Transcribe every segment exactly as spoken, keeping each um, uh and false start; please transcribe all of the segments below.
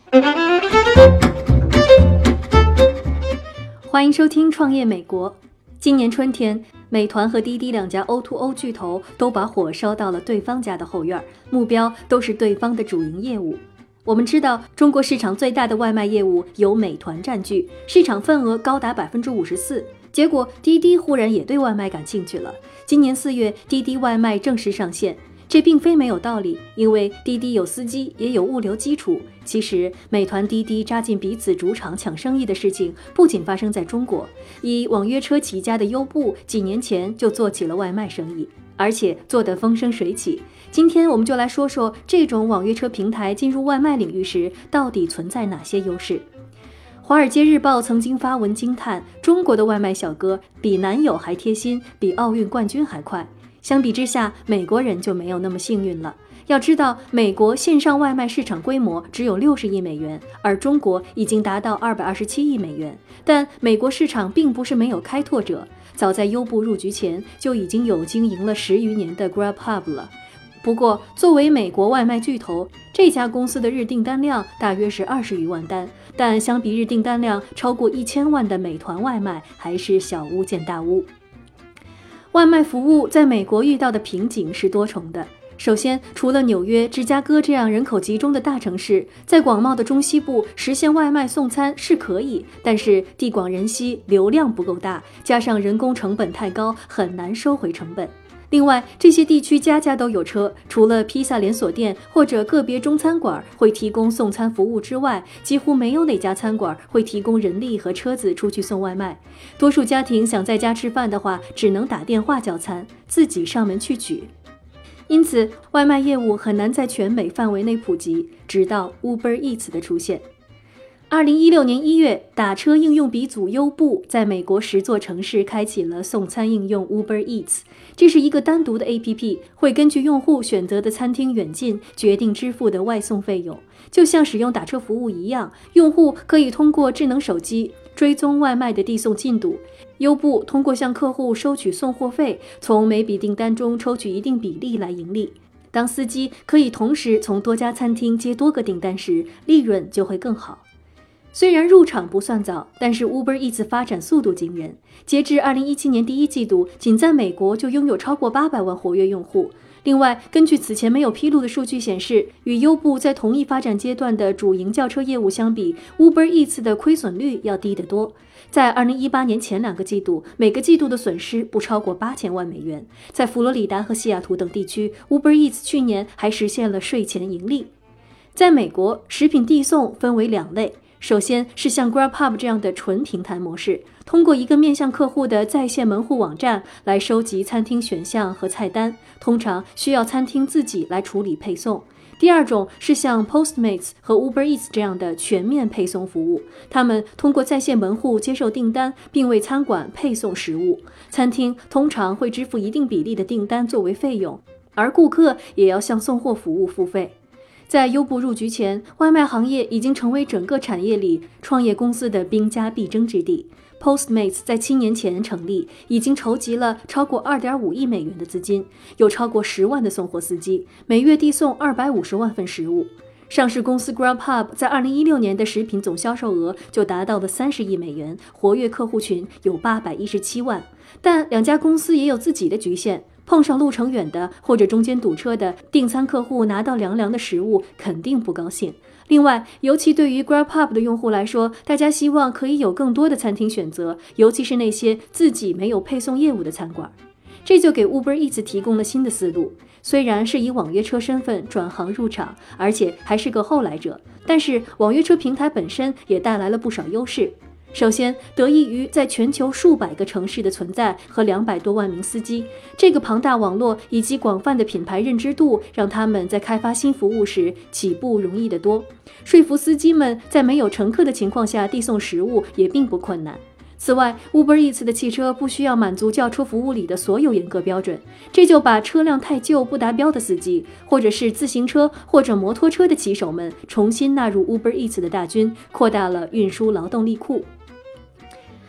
欢迎收听创业美国。今年春天，美团和滴滴两家 O to O 巨头都把火烧到了对方家的后院，目标都是对方的主营业务。我们知道，中国市场最大的外卖业务由美团占据，市场份额高达 百分之五十四。结果滴滴忽然也对外卖感兴趣了。今年四月，滴滴外卖正式上线。这并非没有道理，因为滴滴有司机，也有物流基础。其实，美团、滴滴扎进彼此主场抢生意的事情，不仅发生在中国。以网约车起家的优步，几年前就做起了外卖生意，而且做得风生水起。今天我们就来说说，这种网约车平台进入外卖领域时，到底存在哪些优势。华尔街日报曾经发文惊叹，中国的外卖小哥比男友还贴心，比奥运冠军还快。相比之下，美国人就没有那么幸运了。要知道，美国线上外卖市场规模只有六十亿美元，而中国已经达到二百二十七亿美元。但美国市场并不是没有开拓者，早在优步入局前，就已经有经营了十余年的 Grubhub 了。不过，作为美国外卖巨头，这家公司的日订单量大约是二十余万单，但相比日订单量超过一千万的美团外卖，还是小巫见大巫。外卖服务在美国遇到的瓶颈是多重的。首先，除了纽约、芝加哥这样人口集中的大城市，在广袤的中西部实现外卖送餐是可以，但是地广人稀，流量不够大，加上人工成本太高，很难收回成本。另外，这些地区家家都有车，除了披萨连锁店或者个别中餐馆会提供送餐服务之外，几乎没有哪家餐馆会提供人力和车子出去送外卖。多数家庭想在家吃饭的话，只能打电话叫餐，自己上门去取。因此，外卖业务很难在全美范围内普及，直到 Uber Eats 的出现。二零一六年一月，打车应用鼻祖优步在美国十座城市开启了送餐应用 Uber Eats。这是一个单独的 A P P， 会根据用户选择的餐厅远近决定支付的外送费用。就像使用打车服务一样，用户可以通过智能手机追踪外卖的递送进度。优步通过向客户收取送货费，从每笔订单中抽取一定比例来盈利。当司机可以同时从多家餐厅接多个订单时，利润就会更好。虽然入场不算早，但是 Uber Eats 发展速度惊人。截至二零一七年第一季度，仅在美国就拥有超过八百万活跃用户。另外，根据此前没有披露的数据显示，与优步在同一发展阶段的主营轿车业务相比， Uber Eats 的亏损率要低得多。在二零一八年前两个季度，每个季度的损失不超过八千万美元。在佛罗里达和西雅图等地区， Uber Eats 去年还实现了税前盈利。在美国，食品递送分为两类。首先是像 Grubhub 这样的纯平台模式，通过一个面向客户的在线门户网站来收集餐厅选项和菜单，通常需要餐厅自己来处理配送。第二种是像 Postmates 和 Uber Eats 这样的全面配送服务，他们通过在线门户接受订单，并为餐馆配送食物。餐厅通常会支付一定比例的订单作为费用，而顾客也要向送货服务付费。在优步入局前，外卖行业已经成为整个产业里创业公司的兵家必争之地。Postmates 在七年前成立，已经筹集了超过 二点五亿美元的资金，有超过十万的送货司机，每月递送二百五十万份食物。上市公司 Grubhub 在二零一六年的食品总销售额就达到了三十亿美元，活跃客户群有八百一十七万。但两家公司也有自己的局限。碰上路程远的或者中间堵车的订餐客户，拿到凉凉的食物肯定不高兴。另外，尤其对于 Grubhub 的用户来说，大家希望可以有更多的餐厅选择，尤其是那些自己没有配送业务的餐馆。这就给 Uber Eats 提供了新的思路。虽然是以网约车身份转行入场，而且还是个后来者，但是网约车平台本身也带来了不少优势。首先，得益于在全球数百个城市的存在和两百多万名司机，这个庞大网络以及广泛的品牌认知度，让他们在开发新服务时起步容易得多。说服司机们在没有乘客的情况下递送食物也并不困难。此外 ，Uber Eats 的汽车不需要满足轿车服务里的所有严格标准，这就把车辆太旧不达标的司机，或者是自行车或者摩托车的骑手们重新纳入 Uber Eats 的大军，扩大了运输劳动力库。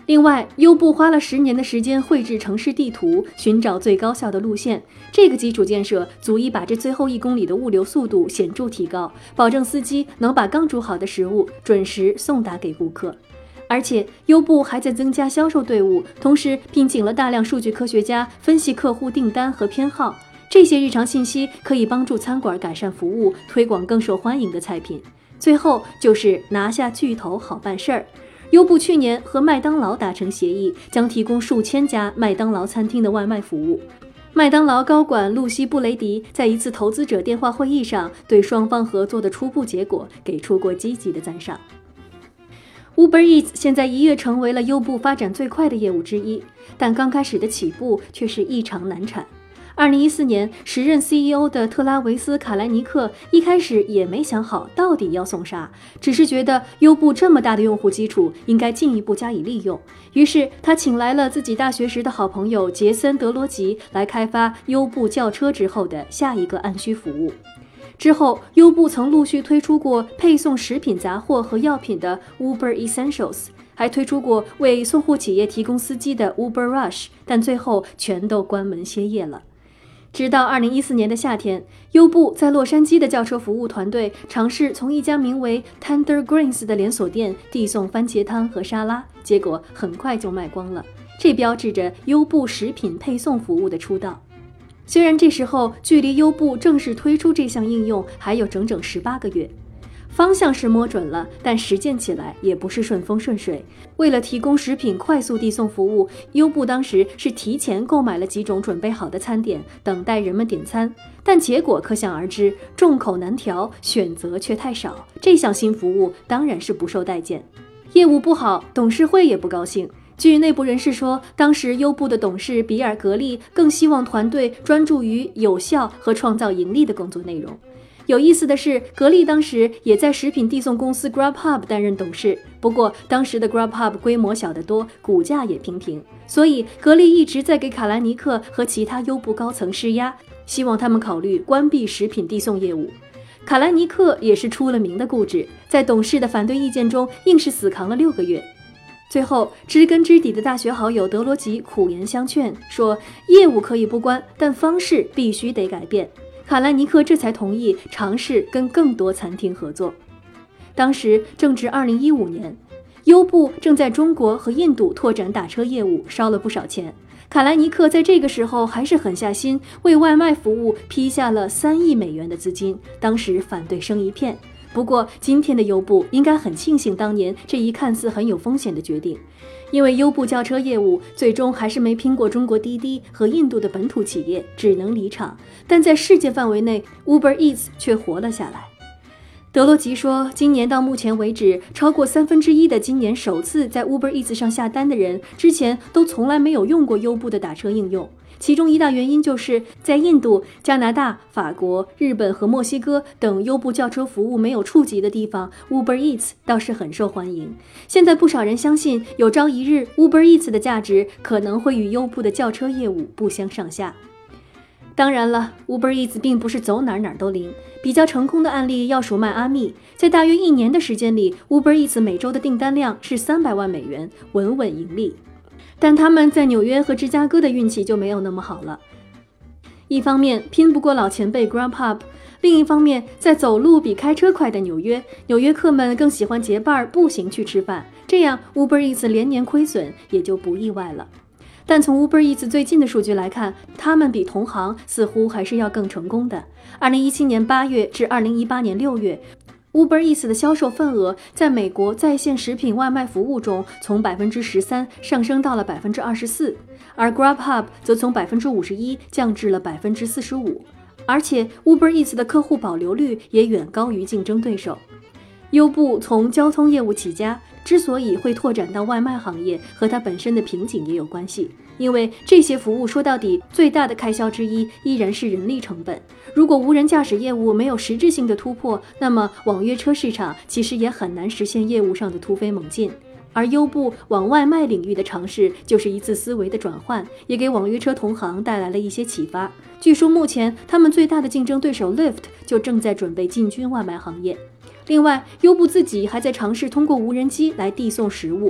另外，优步花了十年的时间绘制城市地图，寻找最高效的路线。这个基础建设足以把这最后一公里的物流速度显著提高，保证司机能把刚煮好的食物准时送达给顾客。而且，优步还在增加销售队伍，同时聘请了大量数据科学家分析客户订单和偏好。这些日常信息可以帮助餐馆改善服务，推广更受欢迎的菜品。最后就是拿下巨头好办事儿。优步去年和麦当劳达成协议，将提供数千家麦当劳餐厅的外卖服务。麦当劳高管露西·布雷迪在一次投资者电话会议上对双方合作的初步结果给出过积极的赞赏。Uber Eats 现在一跃成为了优步发展最快的业务之一，但刚开始的起步却是异常难产。二零一四年，时任 C E O 的特拉维斯·卡莱尼克一开始也没想好到底要送啥，只是觉得优步这么大的用户基础应该进一步加以利用。于是他请来了自己大学时的好朋友杰森·德罗吉来开发优步轿车之后的下一个按需服务。之后，优步曾陆续推出过配送食品杂货和药品的 Uber Essentials， 还推出过为送货企业提供司机的 Uber Rush， 但最后全都关门歇业了。直到二零一四年的夏天，优步在洛杉矶的轿车服务团队尝试从一家名为 Tender Greens 的连锁店递送番茄汤和沙拉，结果很快就卖光了。这标志着优步食品配送服务的出道。虽然这时候距离优步正式推出这项应用还有整整十八个月，方向是摸准了，但实践起来也不是顺风顺水。为了提供食品快速递送服务，优步当时是提前购买了几种准备好的餐点，等待人们点餐。但结果可想而知，众口难调，选择却太少。这项新服务当然是不受待见，业务不好，董事会也不高兴。据内部人士说，当时优步的董事比尔·格利更希望团队专注于有效和创造盈利的工作内容。有意思的是，格利当时也在食品递送公司 Grubhub 担任董事，不过当时的 Grubhub 规模小得多，股价也平平，所以格利一直在给卡兰尼克和其他优步高层施压，希望他们考虑关闭食品递送业务。卡兰尼克也是出了名的固执，在董事的反对意见中硬是死扛了六个月。最后，知根知底的大学好友德罗吉苦言相劝，说业务可以不关，但方式必须得改变。卡兰尼克这才同意尝试跟更多餐厅合作。当时正值二零一五年，优步正在中国和印度拓展打车业务，烧了不少钱。卡兰尼克在这个时候还是狠下心，为外卖服务批下了三亿美元的资金，当时反对声一片。不过今天的优步应该很庆幸当年这一看似很有风险的决定，因为优步轿车业务最终还是没拼过中国滴滴和印度的本土企业，只能离场。但在世界范围内 Uber Eats 却活了下来。德罗吉说，今年到目前为止，超过三分之一的今年首次在 Uber Eats 上下单的人，之前都从来没有用过优步的打车应用。其中一大原因就是在印度、加拿大、法国、日本和墨西哥等优步轿车服务没有触及的地方， Uber Eats 倒是很受欢迎。现在不少人相信，有朝一日 Uber Eats 的价值可能会与优步的轿车业务不相上下。当然了， Uber Eats 并不是走哪儿哪儿都灵，比较成功的案例要数迈阿密，在大约一年的时间里， Uber Eats 每周的订单量是三百万美元，稳稳盈利。但他们在纽约和芝加哥的运气就没有那么好了。一方面拼不过老前辈 Grubhub， 另一方面在走路比开车快的纽约，纽约客们更喜欢结伴步行去吃饭，这样 Uber Eats 连年亏损也就不意外了。但从 Uber Eats 最近的数据来看，他们比同行似乎还是要更成功的。二零一七年八月至二零一八年六月，Uber Eats 的销售份额在美国在线食品外卖服务中从 百分之十三 上升到了 百分之二十四， 而 Grubhub 则从 百分之五十一 降至了 百分之四十五， 而且 Uber Eats 的客户保留率也远高于竞争对手。优步从交通业务起家，之所以会拓展到外卖行业，和它本身的瓶颈也有关系。因为这些服务说到底最大的开销之一依然是人力成本。如果无人驾驶业务没有实质性的突破，那么网约车市场其实也很难实现业务上的突飞猛进。而优步往外卖领域的尝试就是一次思维的转换，也给网约车同行带来了一些启发。据说目前他们最大的竞争对手 Lyft 就正在准备进军外卖行业。另外，优步自己还在尝试通过无人机来递送食物，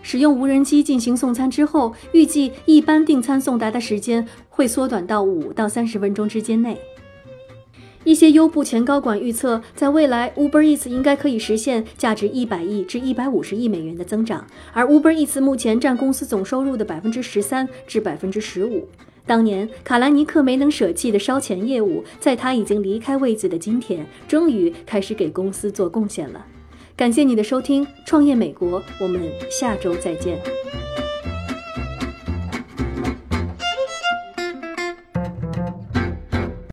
使用无人机进行送餐之后，预计一般订餐送达的时间会缩短到五到三十分钟之间内。一些优步前高管预测，在未来 Uber Eats 应该可以实现价值一百亿至一百五十亿美元的增长，而 Uber Eats 目前占公司总收入的百分之十三至百分之十五。当年卡兰尼克没能舍弃的烧钱业务，在他已经离开位子的今天，终于开始给公司做贡献了。感谢你的收听，创业美国，我们下周再见。